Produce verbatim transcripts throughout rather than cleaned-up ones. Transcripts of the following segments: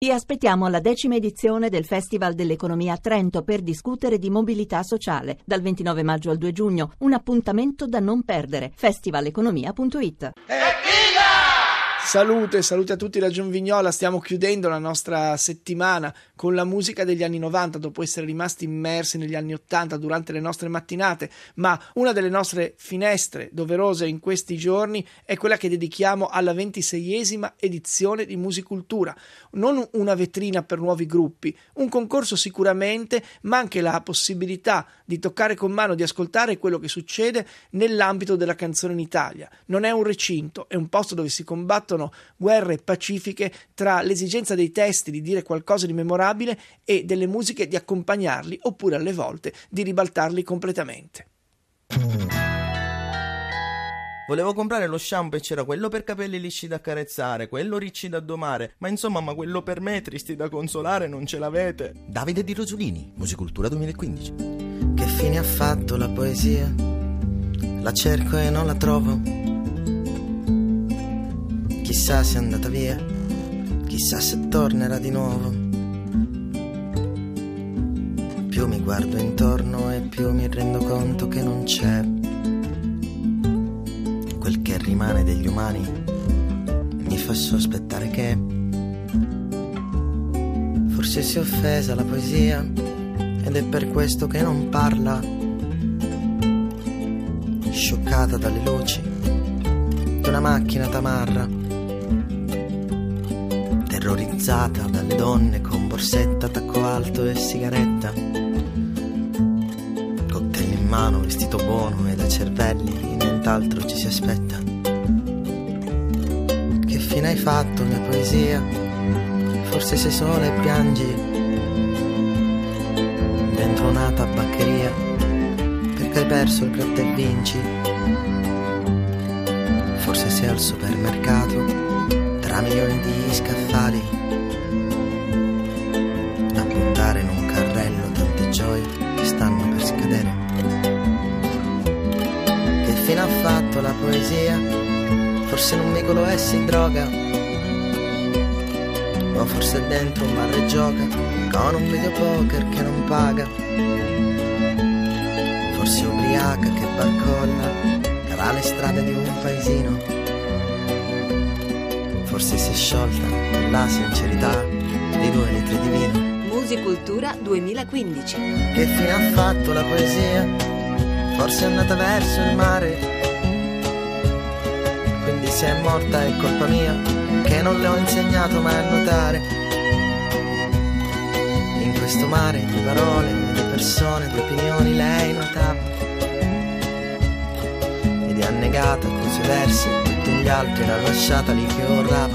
Vi aspettiamo alla decima edizione del Festival dell'Economia a Trento per discutere di mobilità sociale. Dal ventinove maggio al due giugno, un appuntamento da non perdere. festivaleconomia punto it. Salute, salute a tutti da John Vignola. Stiamo chiudendo la nostra settimana con la musica degli anni novanta dopo essere rimasti immersi negli anni ottanta durante le nostre mattinate, ma una delle nostre finestre doverose in questi giorni è quella che dedichiamo alla ventiseiesima edizione di Musicultura. Non una vetrina per nuovi gruppi, un concorso sicuramente, ma anche la possibilità di toccare con mano, di ascoltare quello che succede nell'ambito della canzone in Italia. Non è un recinto, è un posto dove si combattono guerre pacifiche tra l'esigenza dei testi di dire qualcosa di memorabile e delle musiche di accompagnarli oppure alle volte di ribaltarli completamente. Volevo comprare lo shampoo e c'era quello per capelli lisci da accarezzare, quello ricci da domare, ma insomma, ma quello per me tristi da consolare non ce l'avete. Davide Di Rosolini, Musicultura duemilaquindici. Che fine ha fatto la poesia? La cerco e non la trovo. Chissà se è andata via, chissà se tornerà di nuovo. Più mi guardo intorno e più mi rendo conto che non c'è quel che rimane degli umani. Mi fa sospettare che forse si è offesa la poesia ed è per questo che non parla. Scioccata dalle luci di una macchina tamarra, terrorizzata dalle donne con borsetta, tacco alto e sigaretta, cocktail in mano, vestito buono e da cervelli nient'altro ci si aspetta. Che fine hai fatto, mia poesia? Forse sei sola e piangi dentro una tabaccheria perché hai perso il gratta e vinci. Forse sei al supermercato tra milioni di scaffali a buttare in un carrello tante gioie che stanno per scadere. Che fine ha fatto la poesia? Forse in un vicolo e si droga, o forse è dentro un bar e gioca con un videopoker che non paga. Forse è ubriaca che barcolla tra le strade di un paesino. Forse si è sciolta la sincerità dei due litri di vino. Musicultura duemilaquindici. Che fine ha fatto la poesia? Forse è andata verso il mare, quindi se è morta è colpa mia che non le ho insegnato mai a nuotare. In questo mare di parole, di persone, di opinioni lei nuotava ed è annegata con i suoi versi. Gli altri l'ha lasciata lì che urlava.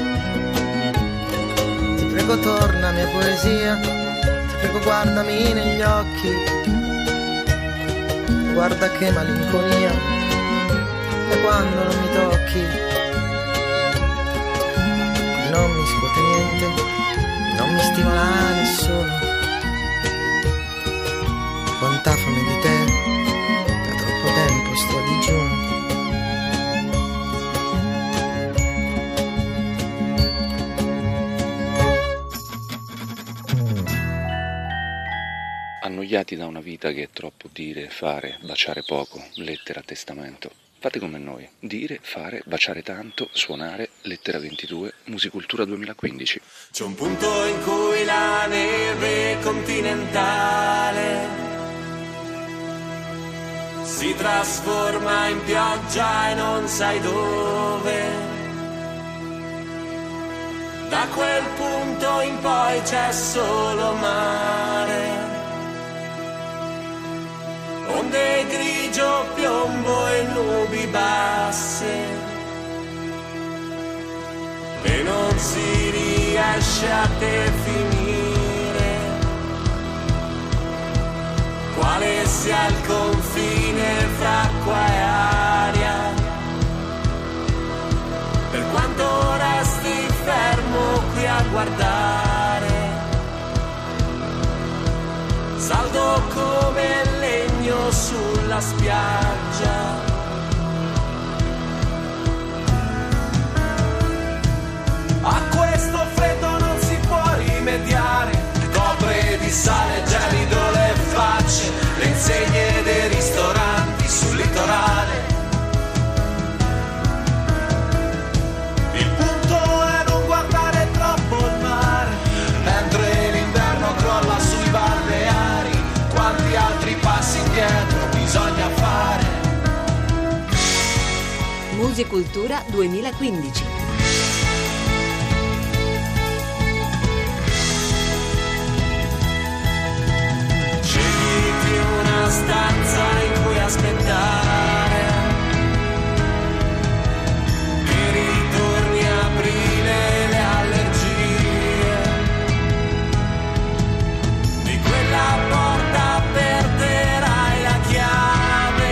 Ti prego torna mia poesia, ti prego guardami negli occhi, guarda che malinconia da quando non mi tocchi. Non mi scuote niente, non mi stimola nessuno. Quanta fame di te, da troppo tempo sto a digiuno. Annoiati da una vita che è troppo dire, fare, baciare poco, lettera, testamento. Fate come noi, dire, fare, baciare tanto, suonare, lettera ventidue, Musicultura duemilaquindici. C'è un punto in cui la neve continentale si trasforma in pioggia e non sai dove. Da quel punto in poi c'è solo mare, onde grigio, piombo e nubi basse, e non si riesce a definire quale sia il confine fra acqua e aria. Per quanto resti fermo qui a guardare, saldo come legno sulla spiaggia. A questo freddo non si può Musicultura duemilaquindici. Scegliti una stanza in cui aspettare, che ritorni aprile le allergie di quella porta, perderai la chiave,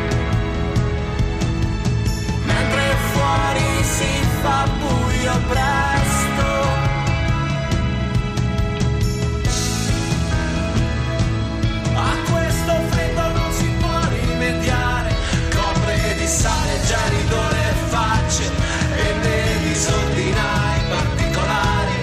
mentre fuori si fa buio presto. A questo freddo non si può rimediare, copre di sale gelido le facce e ne disordina i particolari.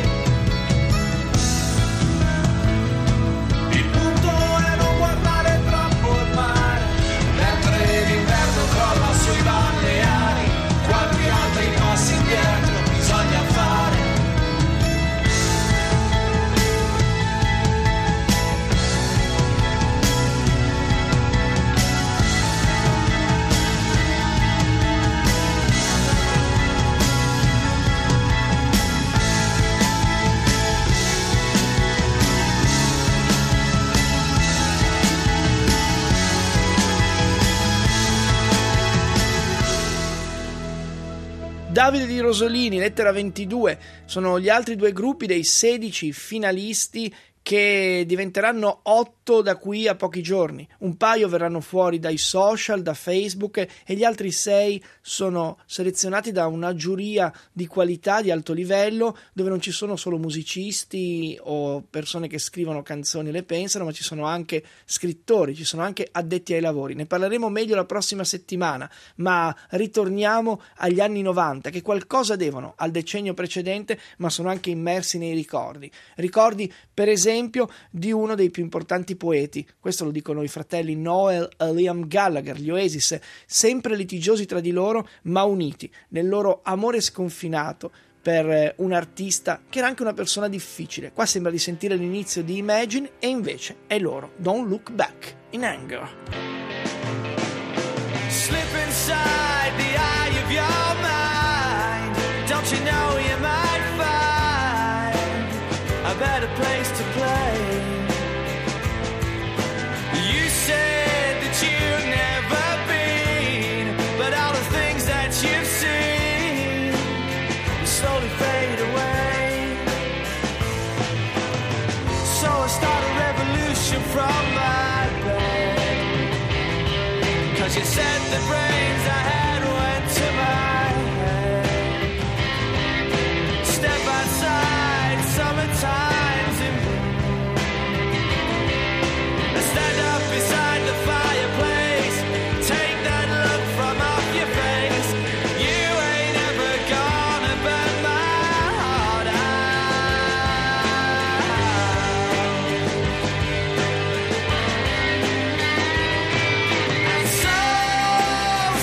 Il punto è non guardare troppo il mare, mentre l'inverno crolla sui balneari. Quanti altri passi indietro bisogna fare? Davide di Rosolini, Lettera ventidue, sono gli altri due gruppi dei sedici finalisti che diventeranno otto da qui a pochi giorni. Un paio verranno fuori dai social, da Facebook, e gli altri sei sono selezionati da una giuria di qualità, di alto livello, dove non ci sono solo musicisti o persone che scrivono canzoni e le pensano, ma ci sono anche scrittori, ci sono anche addetti ai lavori. Ne parleremo meglio la prossima settimana, ma ritorniamo agli anni novanta, che qualcosa devono al decennio precedente, ma sono anche immersi nei ricordi. Ricordi, per esempio, di uno dei più importanti poeti, questo lo dicono i fratelli Noel e Liam Gallagher, gli Oasis, sempre litigiosi tra di loro ma uniti nel loro amore sconfinato per un artista che era anche una persona difficile. Qua sembra di sentire l'inizio di Imagine e invece è loro, Don't Look Back in Anger. Slip inside the eye of your mind. Don't you know you might find a better place to play? You said that you've never been, but all the things that you've seen slowly fade away. So I start a revolution from my bed, 'cause you said the brains I had went to my head. Step outside, summertime's in bloom. I stand up beside the fireplace, take that look from off your face. You ain't ever gonna burn my heart out. And so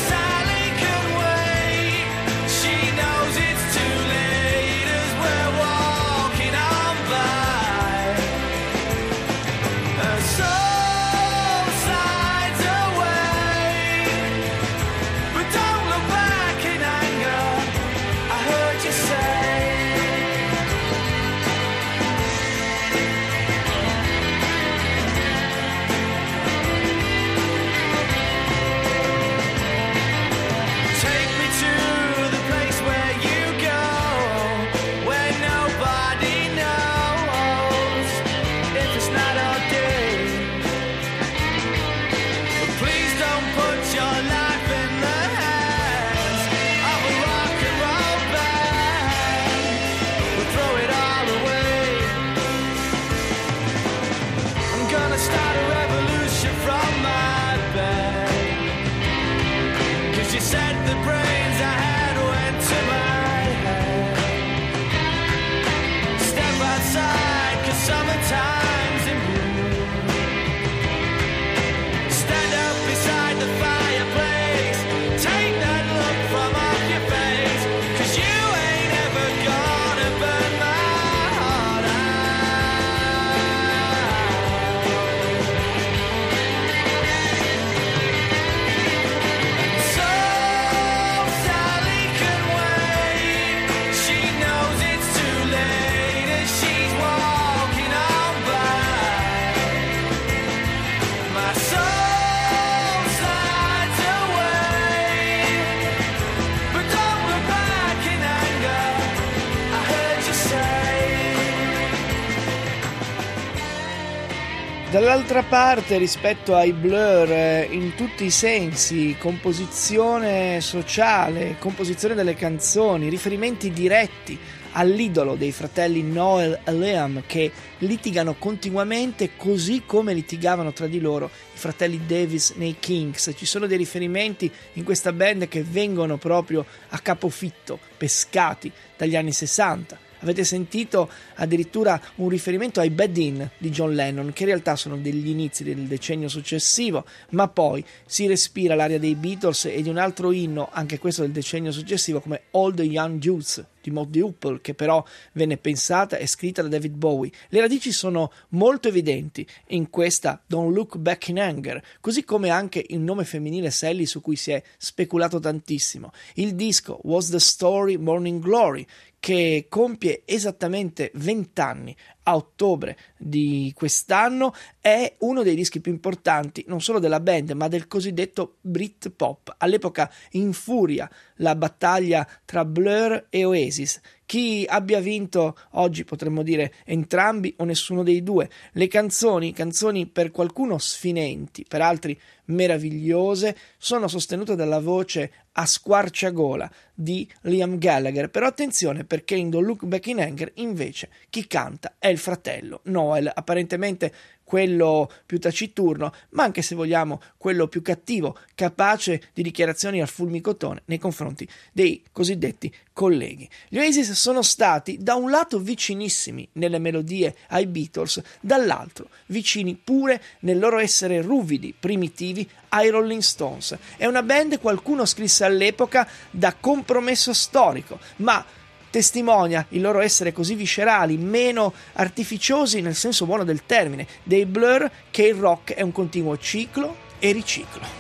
Dall'altra parte, rispetto ai Blur, in tutti i sensi, composizione sociale, composizione delle canzoni, riferimenti diretti all'idolo dei fratelli Noel e Liam, che litigano continuamente così come litigavano tra di loro i fratelli Davis nei Kinks. Ci sono dei riferimenti in questa band che vengono proprio a capofitto, pescati dagli anni sessanta. Avete sentito addirittura un riferimento ai Bad In di John Lennon, che in realtà sono degli inizi del decennio successivo, ma poi si respira l'aria dei Beatles e di un altro inno, anche questo del decennio successivo, come All the Young Youths di Maud Hoople, che però venne pensata e scritta da David Bowie. Le radici sono molto evidenti in questa Don't Look Back in Anger, così come anche il nome femminile Sally, su cui si è speculato tantissimo. Il disco Was the Story Morning Glory, che compie esattamente vent'anni a ottobre di quest'anno, è uno dei dischi più importanti non solo della band ma del cosiddetto Britpop. All'epoca infuria la battaglia tra Blur e Oasis. Chi abbia vinto oggi potremmo dire entrambi o nessuno dei due. Le canzoni, canzoni per qualcuno sfinenti, per altri meravigliose, sono sostenute dalla voce a squarciagola di Liam Gallagher. Però attenzione, perché in Don't Look Back in Anger invece chi canta è il fratello Noel, apparentemente quello più taciturno, ma anche, se vogliamo, quello più cattivo, capace di dichiarazioni al fulmicotone nei confronti dei cosiddetti colleghi. Gli Oasis sono stati da un lato vicinissimi nelle melodie ai Beatles, dall'altro vicini pure nel loro essere ruvidi, primitivi ai Rolling Stones. È una band, qualcuno scrisse all'epoca, da compromesso storico, ma testimonia il loro essere così viscerali, meno artificiosi nel senso buono del termine, dei Blur, che il rock è un continuo ciclo e riciclo.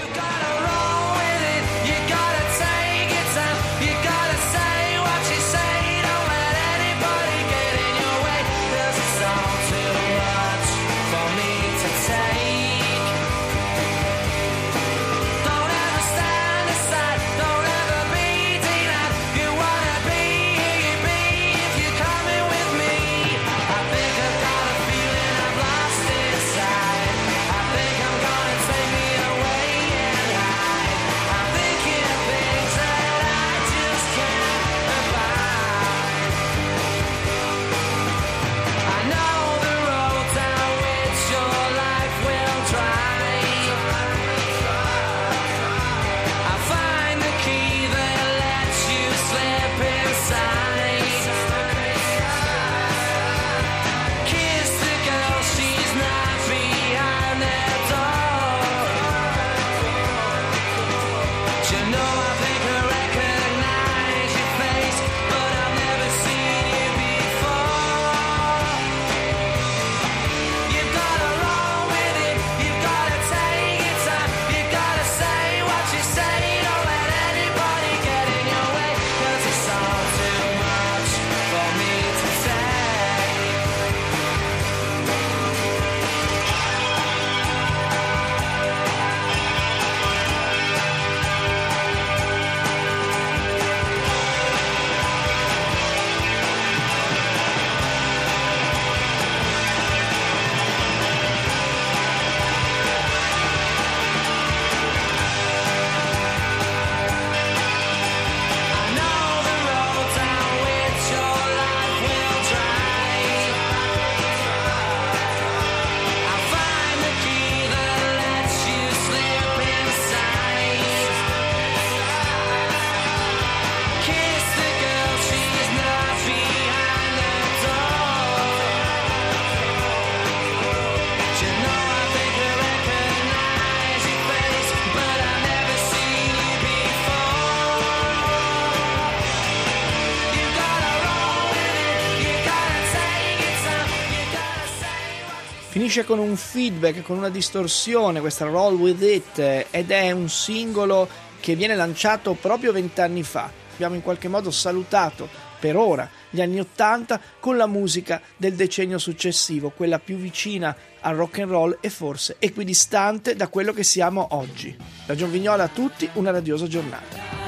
Finisce con un feedback, con una distorsione, questa Roll With It, ed è un singolo che viene lanciato proprio vent'anni fa. Abbiamo in qualche modo salutato per ora gli anni Ottanta con la musica del decennio successivo, quella più vicina al rock and roll e forse equidistante da quello che siamo oggi. Da John Vignola a tutti, una radiosa giornata.